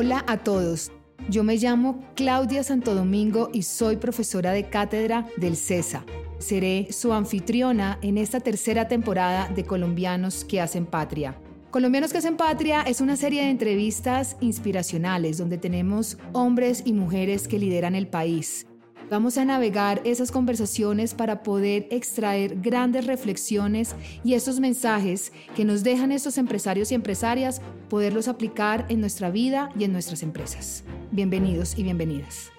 Hola a todos, yo me llamo Claudia Santo Domingo y soy profesora de cátedra del CESA. Seré su anfitriona en esta tercera temporada de Colombianos que hacen patria. Colombianos que hacen patria es una serie de entrevistas inspiracionales donde tenemos hombres y mujeres que lideran el país. Vamos a navegar esas conversaciones para poder extraer grandes reflexiones y esos mensajes que nos dejan estos empresarios y empresarias, poderlos aplicar en nuestra vida y en nuestras empresas. Bienvenidos y bienvenidas.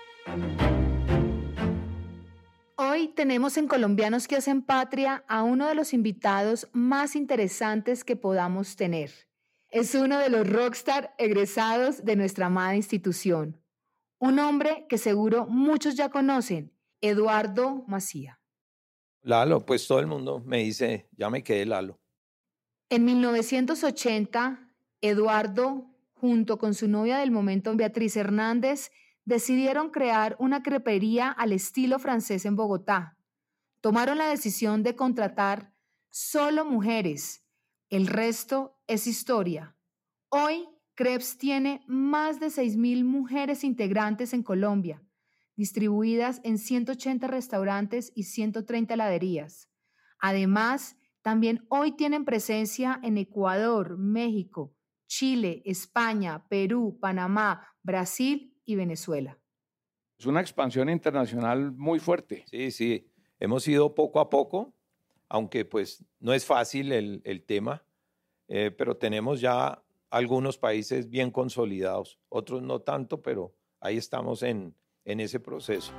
Hoy tenemos en Colombianos que hacen patria a uno de los invitados más interesantes que podamos tener. Es uno de los rockstar egresados de nuestra amada institución. Un hombre que seguro muchos ya conocen, Eduardo Macía. Lalo, pues todo el mundo me dice, ya me quedé Lalo. En 1980, Eduardo, junto con su novia del momento, Beatriz Hernández, decidieron crear una crepería al estilo francés en Bogotá. Tomaron la decisión de contratar solo mujeres. El resto es historia. Hoy, Crepes tiene más de 6,000 mujeres integrantes en Colombia, distribuidas en 180 restaurantes y 130 heladerías. Además, también hoy tienen presencia en Ecuador, México, Chile, España, Perú, Panamá, Brasil y Venezuela. Es una expansión internacional muy fuerte. Sí, hemos ido poco a poco, aunque pues no es fácil el tema, pero tenemos ya algunos países bien consolidados, otros no tanto, pero ahí estamos en ese proceso.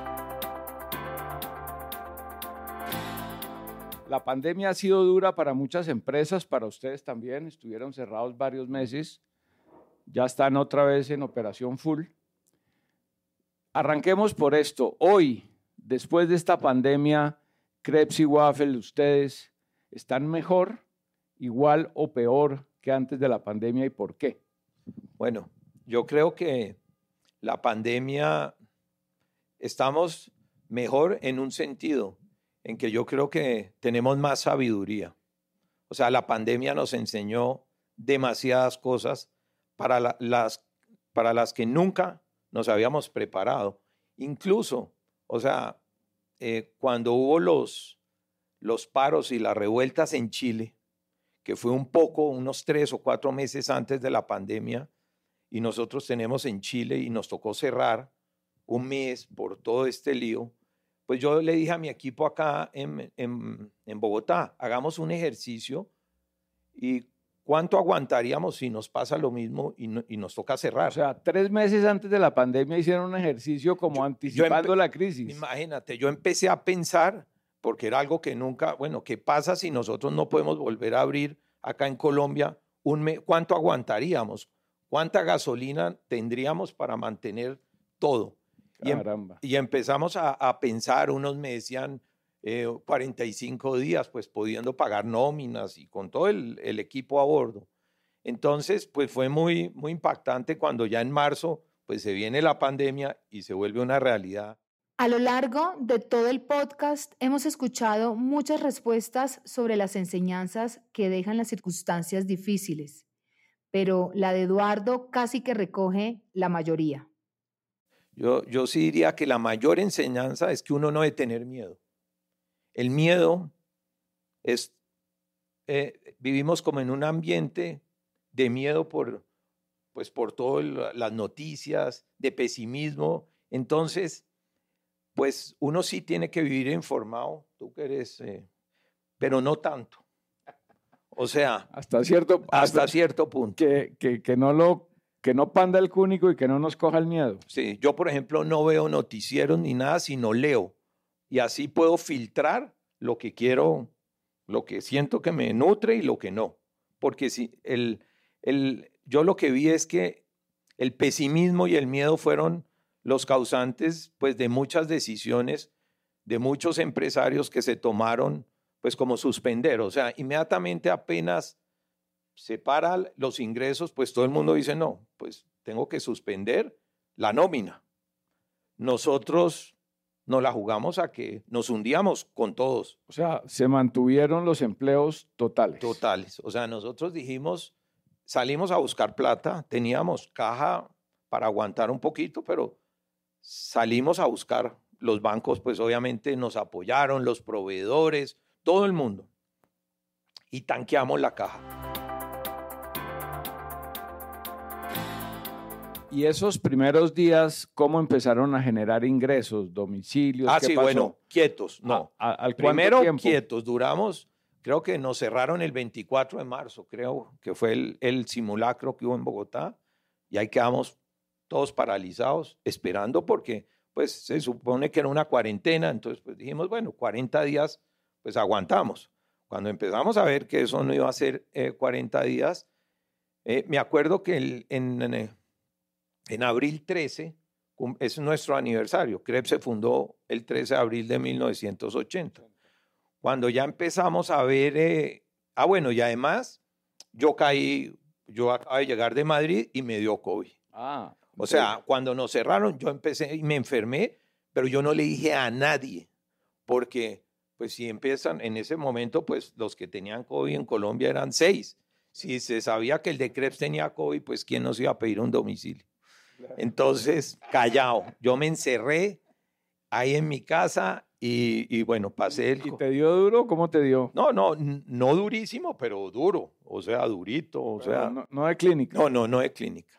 La pandemia ha sido dura para muchas empresas, para ustedes también, estuvieron cerrados varios meses, ya están otra vez en operación full. Arranquemos por esto. Hoy, después de esta pandemia, Crepes y Waffle, ¿ustedes están mejor, igual o peor que antes de la pandemia y por qué? Bueno, yo creo que la pandemia estamos mejor en un sentido, en que yo creo que tenemos más sabiduría. O sea, la pandemia nos enseñó demasiadas cosas para las que nunca nos habíamos preparado. Incluso, o sea, cuando hubo los paros y las revueltas en Chile, que fue unos 3 o 4 meses antes de la pandemia, y nosotros tenemos en Chile y nos tocó cerrar un mes por todo este lío, pues yo le dije a mi equipo acá en Bogotá, hagamos un ejercicio y ¿cuánto aguantaríamos si nos pasa lo mismo y nos toca cerrar? O sea, 3 meses antes de la pandemia hicieron un ejercicio como anticipando la crisis. Imagínate, yo empecé a pensar, porque era algo que nunca, bueno, ¿qué pasa si nosotros no podemos volver a abrir acá en Colombia un mes? ¿Cuánto aguantaríamos? ¿Cuánta gasolina tendríamos para mantener todo? Caramba. Y empezamos a pensar, unos me decían 45 días, pues pudiendo pagar nóminas y con todo el equipo a bordo. Entonces, pues fue muy, muy impactante cuando ya en marzo, pues se viene la pandemia y se vuelve una realidad. A lo largo de todo el podcast hemos escuchado muchas respuestas sobre las enseñanzas que dejan las circunstancias difíciles, pero la de Eduardo casi que recoge la mayoría. Yo sí diría que la mayor enseñanza es que uno no debe tener miedo. El miedo es, vivimos como en un ambiente de miedo por todas las noticias, de pesimismo. Entonces, pues uno sí tiene que vivir informado, tú que eres, pero no tanto. O sea, hasta cierto punto. Que no panda el cúnico y que no nos coja el miedo. Sí, yo por ejemplo no veo noticieros ni nada, sino leo. Y así puedo filtrar lo que quiero, lo que siento que me nutre y lo que no. Porque si yo lo que vi es que el pesimismo y el miedo fueron los causantes pues, de muchas decisiones de muchos empresarios que se tomaron pues como suspender. O sea, inmediatamente apenas se paran los ingresos, pues todo el mundo dice, no, pues tengo que suspender la nómina. Nosotros nos la jugamos a que nos hundíamos con todos. O sea, se mantuvieron los empleos totales. Totales. O sea, nosotros dijimos, salimos a buscar plata, teníamos caja para aguantar un poquito, pero salimos a buscar. Los bancos pues obviamente nos apoyaron, los proveedores, todo el mundo. Y tanqueamos la caja. Y esos primeros días, ¿cómo empezaron a generar ingresos, domicilios? Ah, ¿Qué sí, pasó? Bueno, quietos, no. ¿Al Primero tiempo? quietos, duramos, creo que nos cerraron el 24 de marzo, creo que fue el simulacro que hubo en Bogotá, y ahí quedamos todos paralizados, esperando porque pues se supone que era una cuarentena, entonces pues dijimos, bueno, 40 días, pues aguantamos. Cuando empezamos a ver que eso no iba a ser 40 días, me acuerdo que en abril 13, es nuestro aniversario. Krebs se fundó el 13 de abril de 1980. Cuando ya empezamos a ver, bueno, y además yo acabo de llegar de Madrid y me dio COVID. O sea, cuando nos cerraron, yo empecé y me enfermé, pero yo no le dije a nadie, porque pues si empiezan en ese momento, pues los que tenían COVID en Colombia eran 6. Si se sabía que el de Krebs tenía COVID, pues ¿quién nos iba a pedir un domicilio? Entonces, callado, yo me encerré ahí en mi casa y bueno, pasé el... ¿Y te dio duro? ¿Cómo te dio? No durísimo, pero duro, o sea, durito, o sea... No de clínica. No de clínica.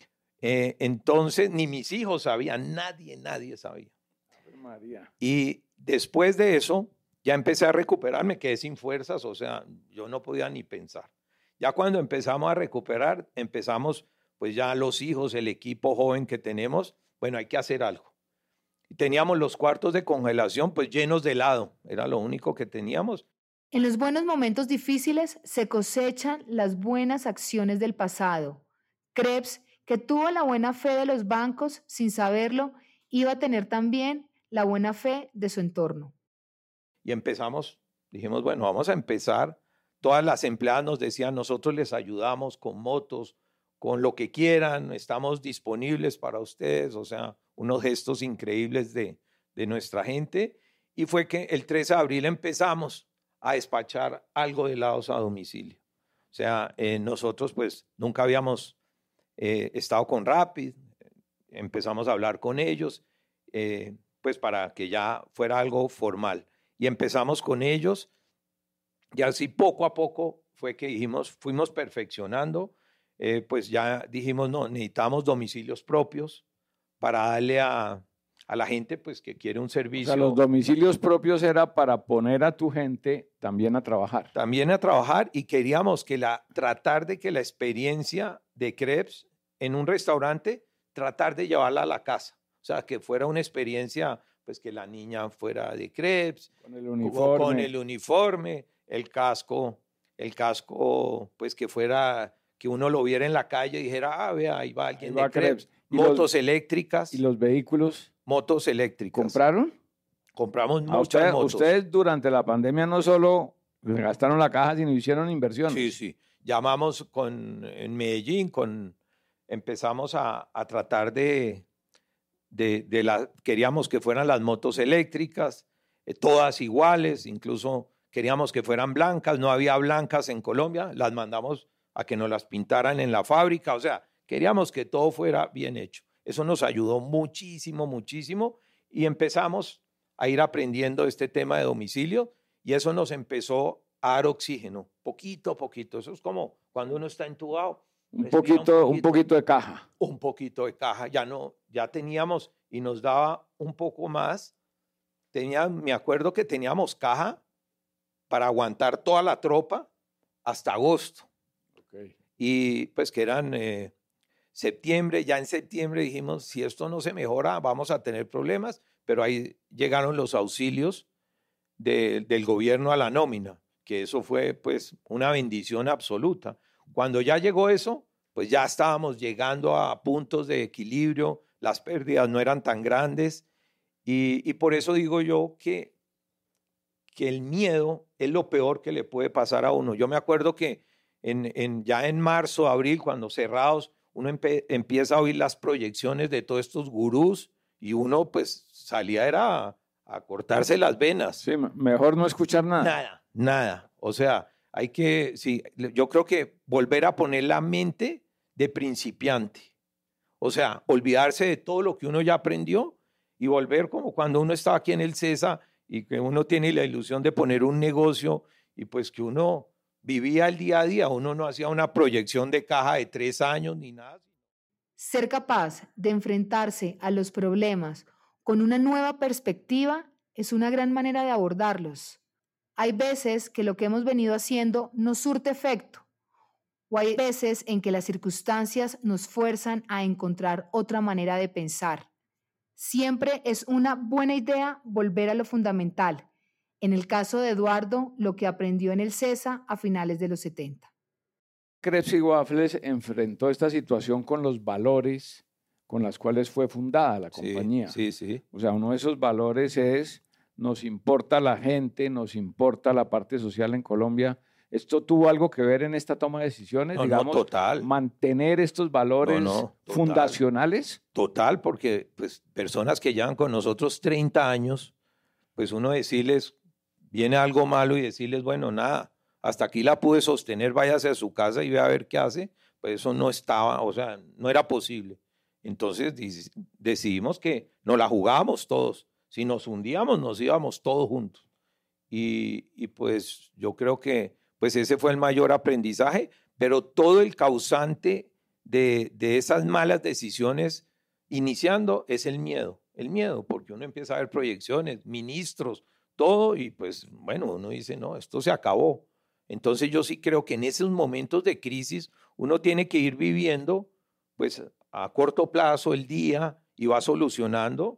Entonces, ni mis hijos sabían, nadie sabía. María. Y después de eso, ya empecé a recuperarme, quedé sin fuerzas, o sea, yo no podía ni pensar. Ya cuando empezamos a recuperar, empezamos, pues ya los hijos, el equipo joven que tenemos, bueno, hay que hacer algo. Teníamos los cuartos de congelación, pues llenos de helado, era lo único que teníamos. En los buenos momentos difíciles se cosechan las buenas acciones del pasado. Krebs, que tuvo la buena fe de los bancos sin saberlo, iba a tener también la buena fe de su entorno. Y empezamos, dijimos, bueno, vamos a empezar. Todas las empleadas nos decían, nosotros les ayudamos con motos, con lo que quieran, estamos disponibles para ustedes, o sea, unos gestos increíbles de nuestra gente. Y fue que el 13 de abril empezamos a despachar algo de helados a domicilio. O sea, nosotros pues nunca habíamos estado con Rappi, empezamos a hablar con ellos, pues para que ya fuera algo formal. Y empezamos con ellos, y así poco a poco fue que fuimos perfeccionando, pues ya dijimos, no, necesitamos domicilios propios para darle a la gente pues que quiere un servicio. O sea, los domicilios propios era para poner a tu gente también a trabajar. También a trabajar, y queríamos tratar de que la experiencia de Krebs en un restaurante, tratar de llevarla a la casa. O sea, que fuera una experiencia, pues que la niña fuera de Krebs. Con el uniforme. Con el uniforme, el casco, pues que fuera, que uno lo viera en la calle y dijera, vea, ahí va alguien de Krebs. Motos eléctricas. ¿Y los vehículos? Motos eléctricas. ¿Compraron? Compramos muchas motos. Ustedes durante la pandemia no solo gastaron la caja, sino hicieron inversiones. Sí. Llamamos en Medellín, empezamos a tratar queríamos que fueran las motos eléctricas, todas iguales, incluso queríamos que fueran blancas, no había blancas en Colombia, las mandamos a que nos las pintaran en la fábrica, o sea, queríamos que todo fuera bien hecho. Eso nos ayudó muchísimo, y empezamos a ir aprendiendo este tema de domicilio, y eso nos empezó a dar oxígeno, poquito a poquito. Eso es como cuando uno está entubado. Un poquito de caja. Un poquito de caja, ya teníamos, y nos daba un poco más. Me acuerdo que teníamos caja para aguantar toda la tropa hasta agosto. Okay. Y pues que eran septiembre, ya en septiembre dijimos, si esto no se mejora, vamos a tener problemas, pero ahí llegaron los auxilios del gobierno a la nómina, que eso fue pues una bendición absoluta. Cuando ya llegó eso, pues ya estábamos llegando a puntos de equilibrio, las pérdidas no eran tan grandes, y por eso digo yo que el miedo es lo peor que le puede pasar a uno. Yo me acuerdo que ya en marzo, abril, cuando cerrados, uno empieza a oír las proyecciones de todos estos gurús, y uno pues salía a cortarse las venas. Sí, mejor no escuchar nada. Nada. O sea, Sí, yo creo que volver a poner la mente de principiante. O sea, olvidarse de todo lo que uno ya aprendió y volver como cuando uno estaba aquí en el CESA y que uno tiene la ilusión de poner un negocio y pues que uno vivía el día a día, uno no hacía una proyección de caja de 3 años ni nada. Ser capaz de enfrentarse a los problemas con una nueva perspectiva es una gran manera de abordarlos. Hay veces que lo que hemos venido haciendo no surte efecto, o hay veces en que las circunstancias nos fuerzan a encontrar otra manera de pensar. Siempre es una buena idea volver a lo fundamental. En el caso de Eduardo, lo que aprendió en el CESA a finales de los 70. Krebs y Waffles enfrentó esta situación con los valores con los cuales fue fundada la compañía. Sí. O sea, uno de esos valores es, nos importa la gente, nos importa la parte social en Colombia. ¿Esto tuvo algo que ver en esta toma de decisiones? No, digamos, total. mantener estos valores total. fundacionales. Total, porque pues, personas que llevan con nosotros 30 años, pues uno decirles, viene algo malo y decirles, bueno, nada, hasta aquí la pude sostener, váyase a su casa y vea a ver qué hace, pues eso no estaba, o sea, no era posible. Entonces decidimos que nos la jugábamos todos. Si nos hundíamos, nos íbamos todos juntos. Y pues yo creo que pues ese fue el mayor aprendizaje, pero todo el causante de esas malas decisiones iniciando es el miedo, porque uno empieza a ver proyecciones, ministros, todo, y pues bueno, uno dice, no, esto se acabó. Entonces yo sí creo que en esos momentos de crisis uno tiene que ir viviendo pues a corto plazo el día y va solucionando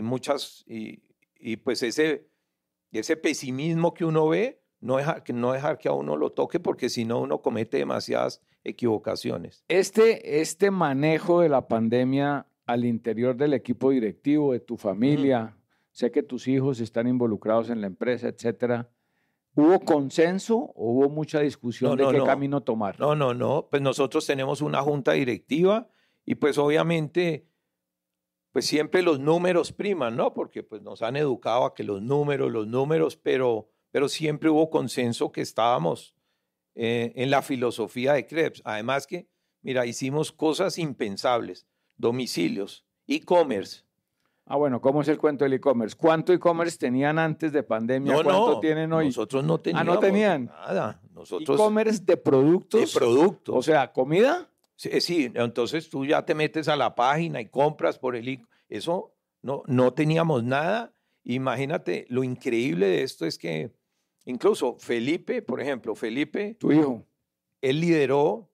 y pues ese pesimismo que uno ve, no dejar que a uno lo toque porque si no uno comete demasiadas equivocaciones. Este manejo de la pandemia al interior del equipo directivo, de tu familia, sé que tus hijos están involucrados en la empresa, etcétera. ¿Hubo consenso o hubo mucha discusión de qué camino tomar? No. Pues nosotros tenemos una junta directiva y pues obviamente pues siempre los números priman, ¿no? Porque pues nos han educado a que los números, pero siempre hubo consenso que estábamos en la filosofía de Krebs. Además que, mira, hicimos cosas impensables, domicilios, e-commerce. Ah, bueno, ¿cómo es el cuento del e-commerce? ¿Cuánto e-commerce tenían antes de pandemia? ¿Cuánto tienen hoy? Nosotros no teníamos no tenían nada. ¿E-commerce de productos? De productos. O sea, ¿comida? Sí, entonces tú ya te metes a la página y compras por eso no teníamos nada. Imagínate, lo increíble de esto es que incluso Felipe, por ejemplo, tu hijo, él lideró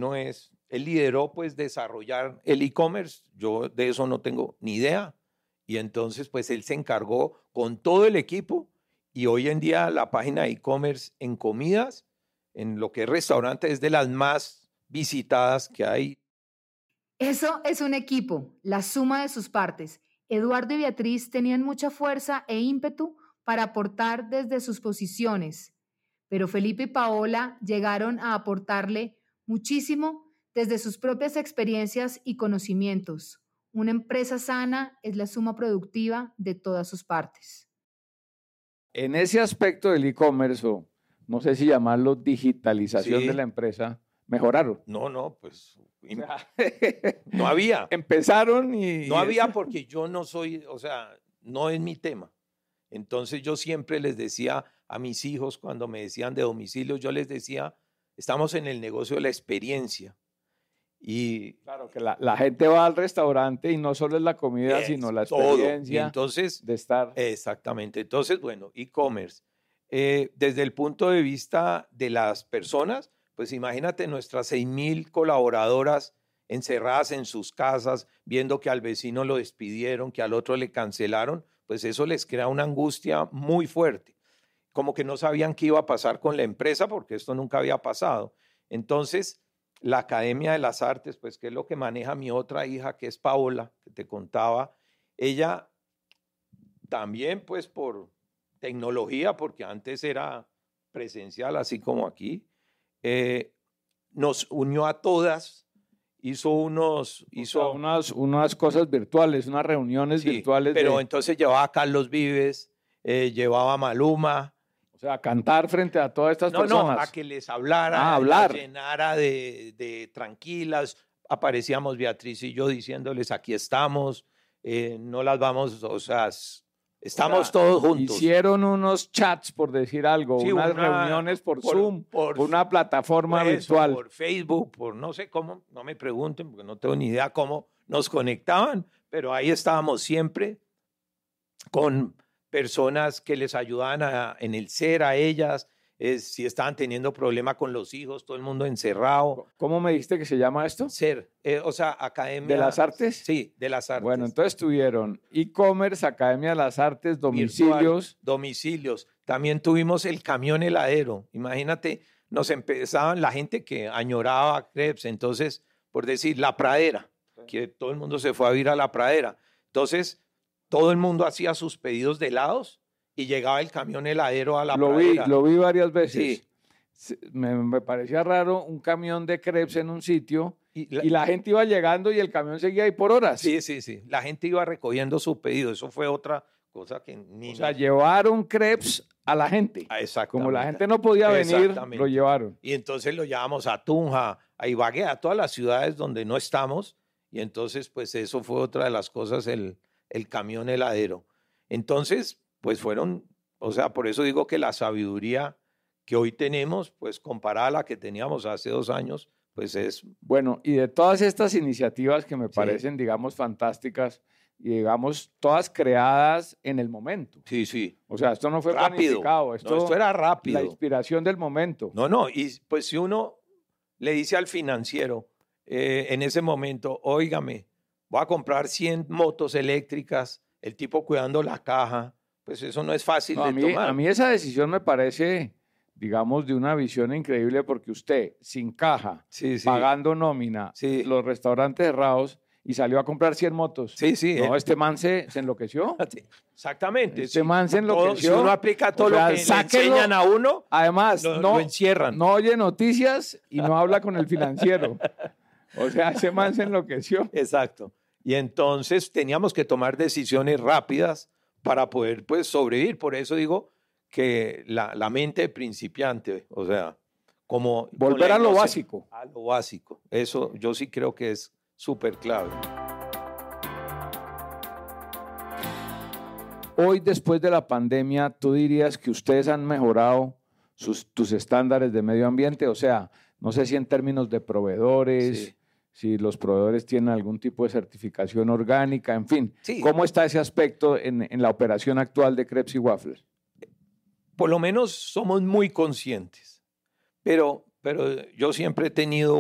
pues desarrollar el e-commerce. Yo de eso no tengo ni idea. Y entonces pues él se encargó con todo el equipo y hoy en día la página de e-commerce en comidas, en lo que es restaurante, es de las más visitadas que hay. Eso es un equipo, la suma de sus partes. Eduardo y Beatriz tenían mucha fuerza e ímpetu para aportar desde sus posiciones, pero Felipe y Paola llegaron a aportarle muchísimo desde sus propias experiencias y conocimientos. Una empresa sana es la suma productiva de todas sus partes. En ese aspecto del e-commerce, o no sé si llamarlo digitalización de la empresa, ¿mejoraron? No, pues no había. Empezaron y... No había porque yo no soy, o sea, no es mi tema. Entonces yo siempre les decía a mis hijos cuando me decían de domicilio, yo les decía, estamos en el negocio de la experiencia. Y claro, que la gente va al restaurante y no solo es la comida, sino la experiencia de estar. Exactamente. Entonces, bueno, e-commerce. Desde el punto de vista de las personas, pues imagínate nuestras 6,000 colaboradoras encerradas en sus casas, viendo que al vecino lo despidieron, que al otro le cancelaron, pues eso les crea una angustia muy fuerte. Como que no sabían qué iba a pasar con la empresa porque esto nunca había pasado. Entonces, la Academia de las Artes, pues que es lo que maneja mi otra hija, que es Paola, que te contaba, ella también pues por tecnología, porque antes era presencial, así como aquí, nos unió a todas, hizo unas cosas virtuales, unas reuniones virtuales. Pero entonces llevaba a Carlos Vives, llevaba a Maluma. sea, cantar frente a todas estas personas. No, a que les hablara, Ah, hablar. las llenara de tranquilas. Aparecíamos Beatriz y yo diciéndoles, aquí estamos, no las vamos, o sea, estamos todos juntos. Hicieron unos chats, por decir algo, Sí, unas reuniones por Zoom, por una plataforma virtual. Por Facebook, por no sé cómo, no me pregunten, porque no tengo ni idea cómo nos conectaban, pero ahí estábamos siempre con personas que les ayudaban en el ser a ellas, si estaban teniendo problema con los hijos, todo el mundo encerrado. ¿Cómo me dijiste que se llama esto? Ser, o sea, Academia. ¿De las Artes? Sí, de las Artes. Bueno, entonces tuvieron e-commerce, Academia de las Artes, domicilios. Virtual, domicilios. También tuvimos el camión heladero. Imagínate, nos empezaban la gente que añoraba crepes, entonces, por decir, La Pradera, que todo el mundo se fue a vivir a La Pradera. Entonces, todo el mundo hacía sus pedidos de helados y llegaba el camión heladero a La Pradera. Lo vi varias veces. Sí. Me parecía raro un camión de crepes en un sitio y la gente iba llegando y el camión seguía ahí por horas. Sí. La gente iba recogiendo su pedido. Eso fue otra cosa que ni... O sea, llevaron crepes a la gente. Exactamente. Como la gente no podía venir, lo llevaron. Y entonces lo llevamos a Tunja, a Ibagué, a todas las ciudades donde no estamos. Y entonces, pues eso fue otra de las cosas, el camión heladero. Entonces, pues fueron, o sea, por eso digo que la sabiduría que hoy tenemos, pues comparada a la que teníamos hace 2 años, pues es... Bueno, y de todas estas iniciativas que me parecen, digamos, fantásticas, y digamos, todas creadas en el momento. Sí. O sea, esto no fue rápido. Planificado. Esto era rápido. La inspiración del momento. No, y pues si uno le dice al financiero en ese momento, óigame, voy a comprar 100 motos eléctricas, el tipo cuidando la caja, pues eso no es fácil de tomar. A mí esa decisión me parece, digamos, de una visión increíble porque usted, sin caja, pagando nómina, los restaurantes cerrados, y salió a comprar 100 motos. Sí. No, este man se enloqueció. Exactamente. Este man se enloqueció. Si uno aplica todo lo que le enseñan a uno, además, lo encierran. No oye noticias y no habla con el financiero. O sea, ese man se enloqueció. Exacto. Y entonces teníamos que tomar decisiones rápidas para poder, pues, sobrevivir. Por eso digo que la mente de principiante, o sea, como... Volver a lo básico. A lo básico. Eso yo sí creo que es súper clave. Hoy, después de la pandemia, ¿tú dirías que ustedes han mejorado tus estándares de medio ambiente? O sea, no sé si en términos de proveedores, si los proveedores tienen algún tipo de certificación orgánica, en fin. ¿Cómo está ese aspecto en la operación actual de Crepes y Waffles? Por lo menos somos muy conscientes, pero yo siempre he tenido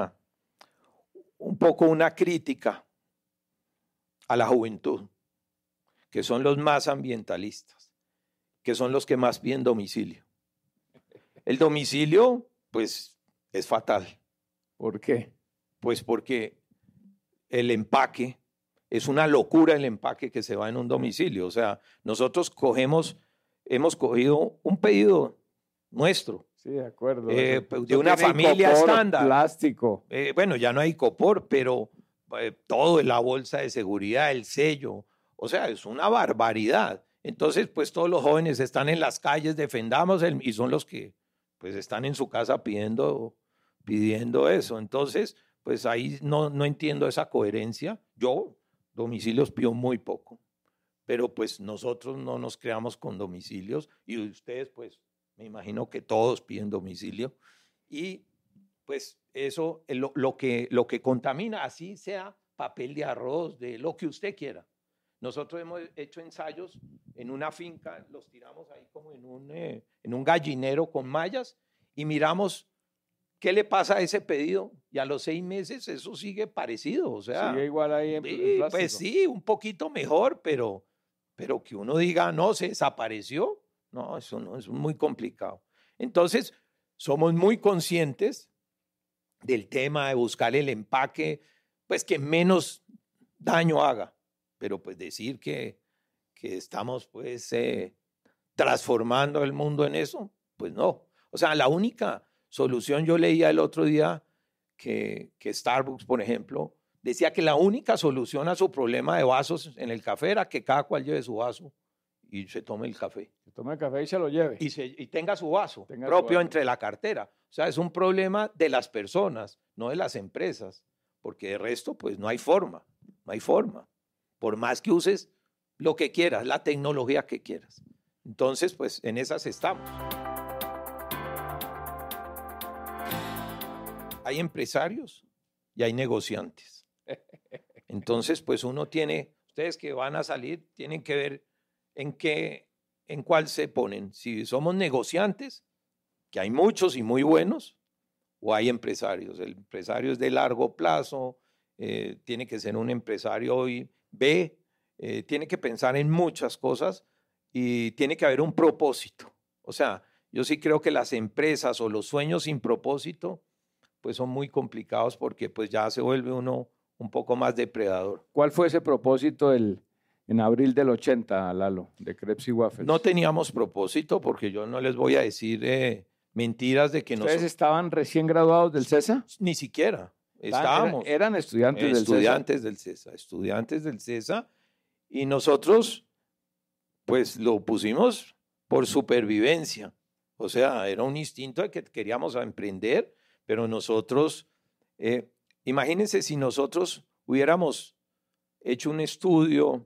un poco una crítica a la juventud, que son los más ambientalistas, que son los que más piden domicilio. El domicilio, pues, es fatal. ¿Por qué? Pues porque el empaque, es una locura el empaque que se va en un domicilio. O sea, nosotros hemos cogido un pedido nuestro. Sí, de acuerdo. De una familia estándar. Plástico. Bueno, ya no hay icopor, pero todo, la bolsa de seguridad, el sello. O sea, es una barbaridad. Entonces, pues todos los jóvenes están en las calles, defendamos, y son los que pues están en su casa pidiendo eso. Entonces, pues ahí no entiendo esa coherencia. Yo domicilios pido muy poco, pero pues nosotros no nos creamos con domicilios y ustedes pues me imagino que todos piden domicilio y pues eso es lo que contamina, así sea papel de arroz, de lo que usted quiera. Nosotros hemos hecho ensayos en una finca, los tiramos ahí como en un gallinero con mallas y miramos qué le pasa a ese pedido y a los 6 meses eso sigue parecido. O sea, sigue igual ahí en plástico. Pues sí, un poquito mejor, pero que uno diga, no, se desapareció, no, eso no, es muy complicado. Entonces, somos muy conscientes del tema de buscar el empaque, pues que menos daño haga. Pero pues decir que estamos pues transformando el mundo en eso, pues no. O sea, la única solución, yo leía el otro día que Starbucks, por ejemplo, decía que la única solución a su problema de vasos en el café era que cada cual lleve su vaso y se tome el café. Se tome el café y se lo lleve. Y tenga su vaso Tenga propio su vaso. entre la cartera. O sea, es un problema de las personas, no de las empresas, porque de resto, pues no hay forma, no hay forma. Por más que uses lo que quieras, la tecnología que quieras. Entonces, pues en esas estamos. Hay empresarios y hay negociantes. Entonces, pues uno tiene, ustedes que van a salir, tienen que ver en cuál se ponen. Si somos negociantes, que hay muchos y muy buenos, o hay empresarios. El empresario es de largo plazo, tiene que ser un empresario hoy, tiene que pensar en muchas cosas y tiene que haber un propósito. O sea, yo sí creo que las empresas o los sueños sin propósito, pues son muy complicados porque pues ya se vuelve uno un poco más depredador. ¿Cuál fue ese propósito en abril del 80, Lalo, de Crepes y Waffles? No teníamos propósito porque yo no les voy a decir mentiras de que ¿Ustedes estaban recién graduados del CESA? Ni siquiera. Estábamos. Eran estudiantes del CESA. Estudiantes del CESA. Y nosotros, pues lo pusimos por supervivencia. O sea, era un instinto de que queríamos emprender, pero nosotros, imagínense si nosotros hubiéramos hecho un estudio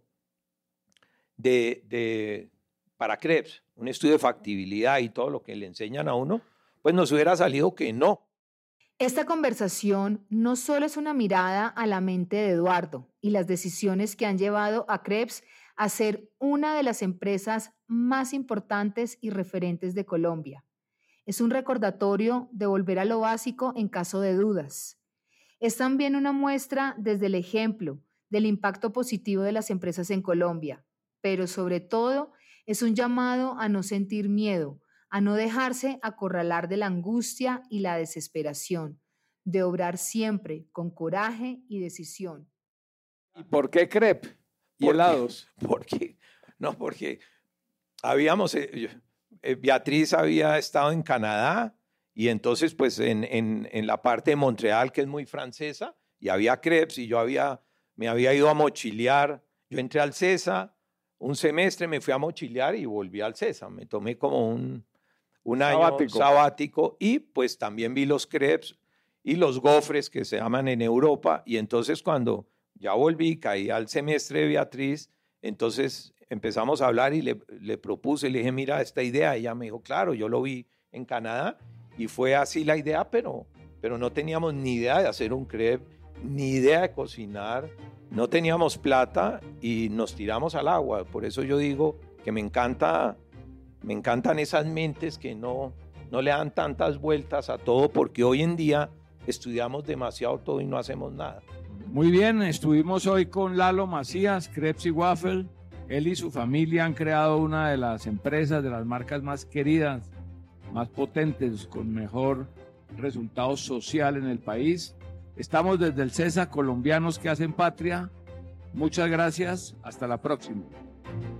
para crepes, un estudio de factibilidad y todo lo que le enseñan a uno, pues nos hubiera salido que no. Esta conversación no solo es una mirada a la mente de Eduardo y las decisiones que han llevado a Crepes a ser una de las empresas más importantes y referentes de Colombia. Es un recordatorio de volver a lo básico en caso de dudas. Es también una muestra desde el ejemplo del impacto positivo de las empresas en Colombia, pero sobre todo es un llamado a no sentir miedo, a no dejarse acorralar de la angustia y la desesperación, de obrar siempre con coraje y decisión. ¿Y por qué crepe y helados? Porque habíamos, Beatriz había estado en Canadá y entonces pues en la parte de Montreal, que es muy francesa, y había crepes y me había ido a mochilear. Yo entré al CESA, un semestre me fui a mochilear y volví al CESA. Me tomé como un año sabático y pues también vi los crepes y los gofres que se llaman en Europa. Y entonces cuando ya volví, caí al semestre de Beatriz, entonces empezamos a hablar y le propuse, le dije, mira, esta idea. Ella me dijo, claro, yo lo vi en Canadá y fue así la idea, pero no teníamos ni idea de hacer un crepe, ni idea de cocinar, no teníamos plata y nos tiramos al agua. Por eso yo digo que me encantan esas mentes que no le dan tantas vueltas a todo, porque hoy en día estudiamos demasiado todo y no hacemos nada. Muy bien, estuvimos hoy con Lalo Macías, Crepes y Waffle. Él y su familia han creado una de las empresas, de las marcas más queridas, más potentes, con mejor resultado social en el país. Estamos desde el CESA, colombianos que hacen patria. Muchas gracias, hasta la próxima.